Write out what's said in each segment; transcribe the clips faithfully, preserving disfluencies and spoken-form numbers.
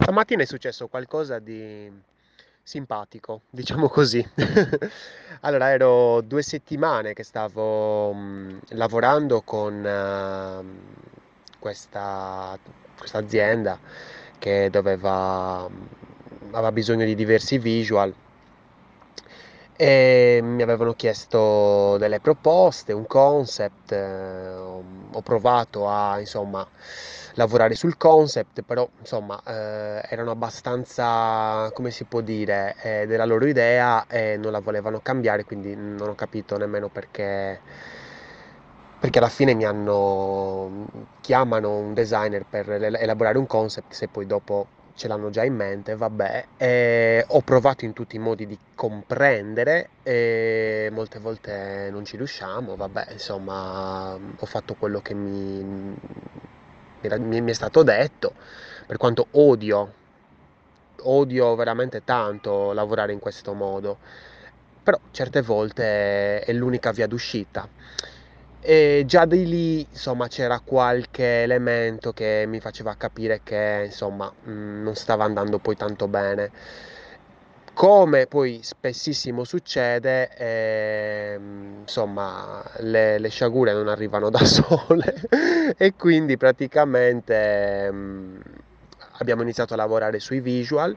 Stamattina è successo qualcosa di simpatico, diciamo così. Allora, ero due settimane che stavo mh, lavorando con ehm, questa, questa azienda che doveva, aveva bisogno di diversi visual e mi avevano chiesto delle proposte, un concept, eh, ho, ho provato a insomma lavorare sul concept, però insomma eh, erano abbastanza, come si può dire, eh, della loro idea e non la volevano cambiare, quindi non ho capito nemmeno perché, perché alla fine mi hanno, chiamano un designer per el- elaborare un concept se poi dopo ce l'hanno già in mente, vabbè, e ho provato in tutti i modi di comprendere e molte volte non ci riusciamo, vabbè, insomma, ho fatto quello che mi, mi era- mi- mi è stato detto, per quanto odio, odio veramente tanto lavorare in questo modo, però certe volte è l'unica via d'uscita. E già di lì, insomma, c'era qualche elemento che mi faceva capire che, insomma, mh, non stava andando poi tanto bene. Come poi spessissimo succede, ehm, insomma, le, le sciagure non arrivano da sole e quindi praticamente ehm, abbiamo iniziato a lavorare sui visual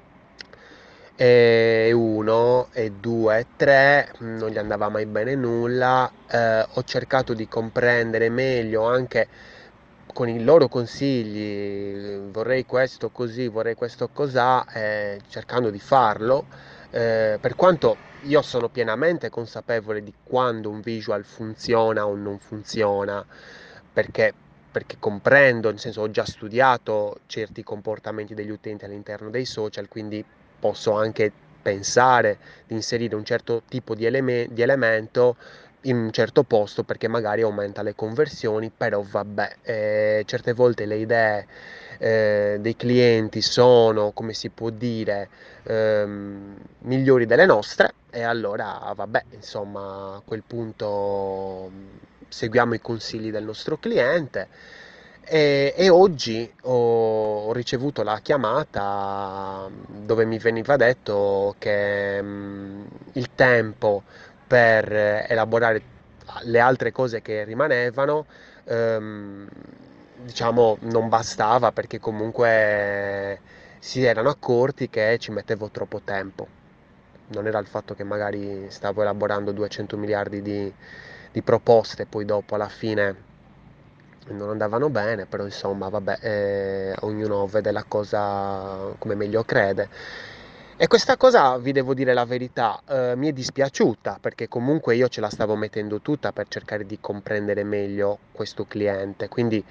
e uno e due e tre non gli andava mai bene nulla. Eh, ho cercato di comprendere meglio anche con i loro consigli, vorrei questo così, vorrei questo cosà, eh, cercando di farlo, eh, per quanto io sono pienamente consapevole di quando un visual funziona o non funziona, perché, perché comprendo, nel senso ho già studiato certi comportamenti degli utenti all'interno dei social, quindi posso anche pensare di inserire un certo tipo di, eleme- di elemento in un certo posto perché magari aumenta le conversioni, però vabbè, eh, certe volte le idee eh, dei clienti sono, come si può dire, ehm, migliori delle nostre e allora vabbè, insomma, a quel punto mh, seguiamo i consigli del nostro cliente. E, e oggi ho, ho ricevuto la chiamata dove mi veniva detto che mh, il tempo per eh, elaborare le altre cose che rimanevano, ehm, diciamo, non bastava perché comunque si erano accorti che ci mettevo troppo tempo. Non era il fatto che magari stavo elaborando duecento miliardi di, di proposte, poi dopo alla fine non andavano bene, però insomma, vabbè, eh, ognuno vede la cosa come meglio crede. E questa cosa, vi devo dire la verità, eh, mi è dispiaciuta perché comunque io ce la stavo mettendo tutta per cercare di comprendere meglio questo cliente. Quindi,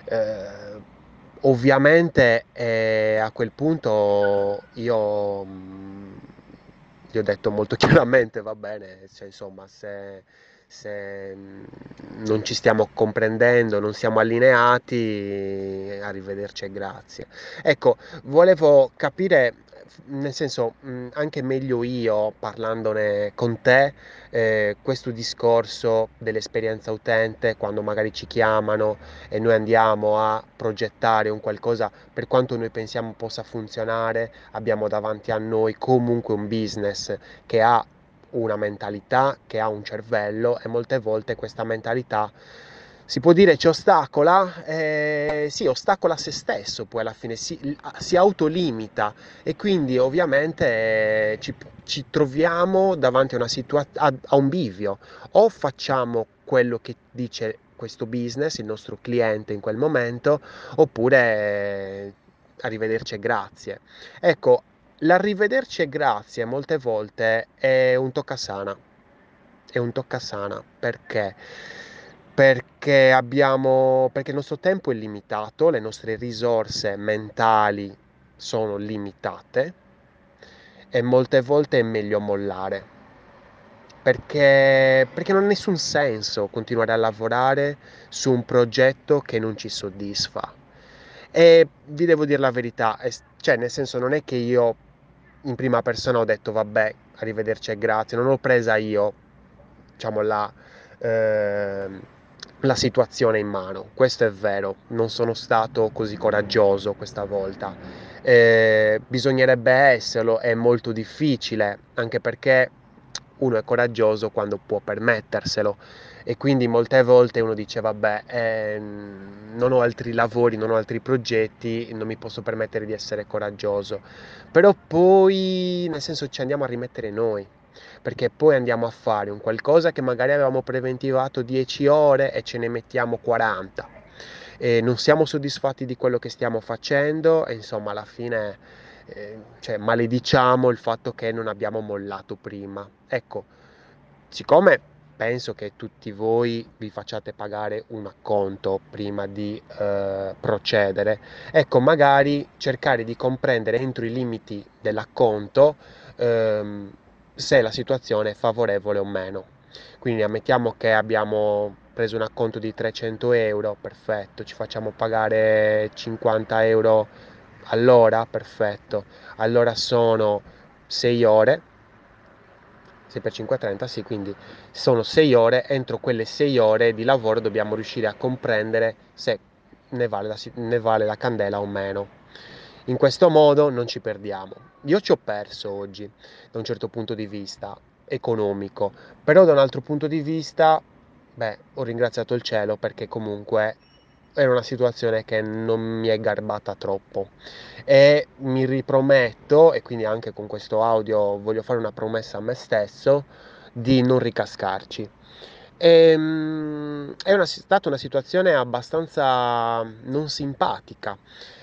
eh, ovviamente, eh, a quel punto io mh, gli ho detto molto chiaramente, va bene, cioè, insomma, se se non ci stiamo comprendendo, non siamo allineati, arrivederci e grazie. Ecco, volevo capire, nel senso, mh, anche meglio io, parlandone con te, eh, questo discorso dell'esperienza utente, quando magari ci chiamano e noi andiamo a progettare un qualcosa, per quanto noi pensiamo possa funzionare, abbiamo davanti a noi comunque un business che ha una mentalità, che ha un cervello e molte volte questa mentalità si può dire ci ostacola, eh, sì, ostacola se stesso, poi alla fine si, si autolimita e quindi ovviamente eh, ci, ci troviamo davanti a una situazione, a, a un bivio, o facciamo quello che dice questo business, il nostro cliente in quel momento, oppure eh, arrivederci e grazie. Ecco, l'arrivederci e grazie molte volte è un toccasana, è un toccasana perché? Perché abbiamo, perché il nostro tempo è limitato, le nostre risorse mentali sono limitate e molte volte è meglio mollare. Perché, perché non ha nessun senso continuare a lavorare su un progetto che non ci soddisfa. E vi devo dire la verità, è- cioè nel senso non è che io in prima persona ho detto vabbè, arrivederci e grazie, non l'ho presa io, diciamo la, ehm, la situazione in mano. Questo è vero, non sono stato così coraggioso questa volta. Eh, bisognerebbe esserlo, è molto difficile, anche perché uno è coraggioso quando può permetterselo e quindi molte volte uno dice vabbè, eh, non ho altri lavori, non ho altri progetti, non mi posso permettere di essere coraggioso. Però poi, nel senso, ci andiamo a rimettere noi, perché poi andiamo a fare un qualcosa che magari avevamo preventivato dieci ore e ce ne mettiamo quaranta. E non siamo soddisfatti di quello che stiamo facendo e insomma alla fine eh, cioè, malediciamo il fatto che non abbiamo mollato prima. Ecco, siccome penso che tutti voi vi facciate pagare un acconto prima di eh, procedere, ecco, magari cercare di comprendere entro i limiti dell'acconto ehm, se la situazione è favorevole o meno. Quindi ammettiamo che abbiamo preso un acconto di trecento euro, perfetto, ci facciamo pagare cinquanta euro all'ora, perfetto. Allora sono sei ore, sei per cinque trenta, sì, quindi sono sei ore, entro quelle sei ore di lavoro dobbiamo riuscire a comprendere se ne vale la, ne vale la candela o meno. In questo modo non ci perdiamo. Io ci ho perso oggi, da un certo punto di vista economico, però da un altro punto di vista, beh, ho ringraziato il cielo perché comunque era una situazione che non mi è garbata troppo e mi riprometto, e quindi anche con questo audio voglio fare una promessa a me stesso, di non ricascarci. Ehm, è una- stata una situazione abbastanza non simpatica,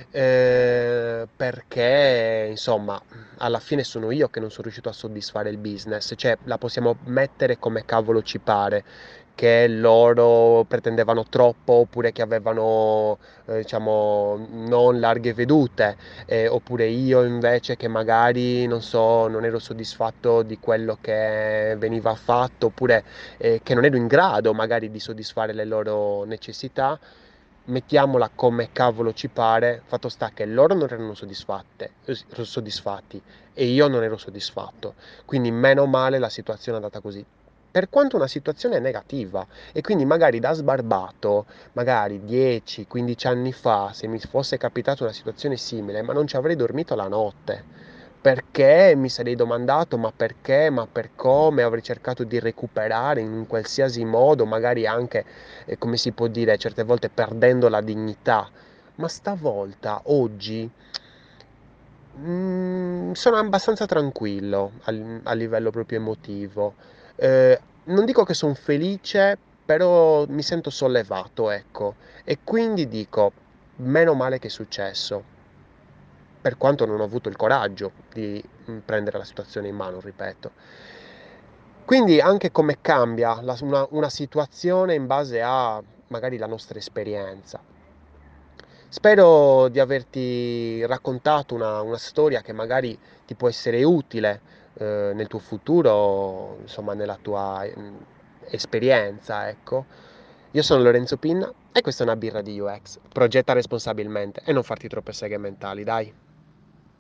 eh, perché insomma, alla fine sono io che non sono riuscito a soddisfare il business, cioè la possiamo mettere come cavolo ci pare, che loro pretendevano troppo oppure che avevano, eh, diciamo, non larghe vedute, eh, oppure io invece che magari, non so, non ero soddisfatto di quello che veniva fatto, oppure eh, che non ero in grado magari di soddisfare le loro necessità, mettiamola come cavolo ci pare, fatto sta che loro non erano soddisfatte, eh, soddisfatti e io non ero soddisfatto, quindi meno male la situazione è andata così. Per quanto una situazione negativa e quindi magari da sbarbato, magari dieci quindici anni fa, se mi fosse capitata una situazione simile, ma non ci avrei dormito la notte, perché mi sarei domandato ma perché, ma per come, avrei cercato di recuperare in un qualsiasi modo, magari anche, eh, come si può dire, certe volte perdendo la dignità. Ma stavolta, oggi, mm, sono abbastanza tranquillo a, a livello proprio emotivo. Eh, non dico che sono felice, però mi sento sollevato, ecco. E quindi dico, meno male che è successo per quanto non ho avuto il coraggio di mm, prendere la situazione in mano, ripeto. Quindi anche come cambia la- una, una situazione in base a magari la nostra esperienza. Spero di averti raccontato una, una storia che magari ti può essere utile eh, nel tuo futuro, insomma, nella tua mm, esperienza, ecco. Io sono Lorenzo Pinna e questa è una birra di U X. Progetta responsabilmente e non farti troppe seghe mentali, dai.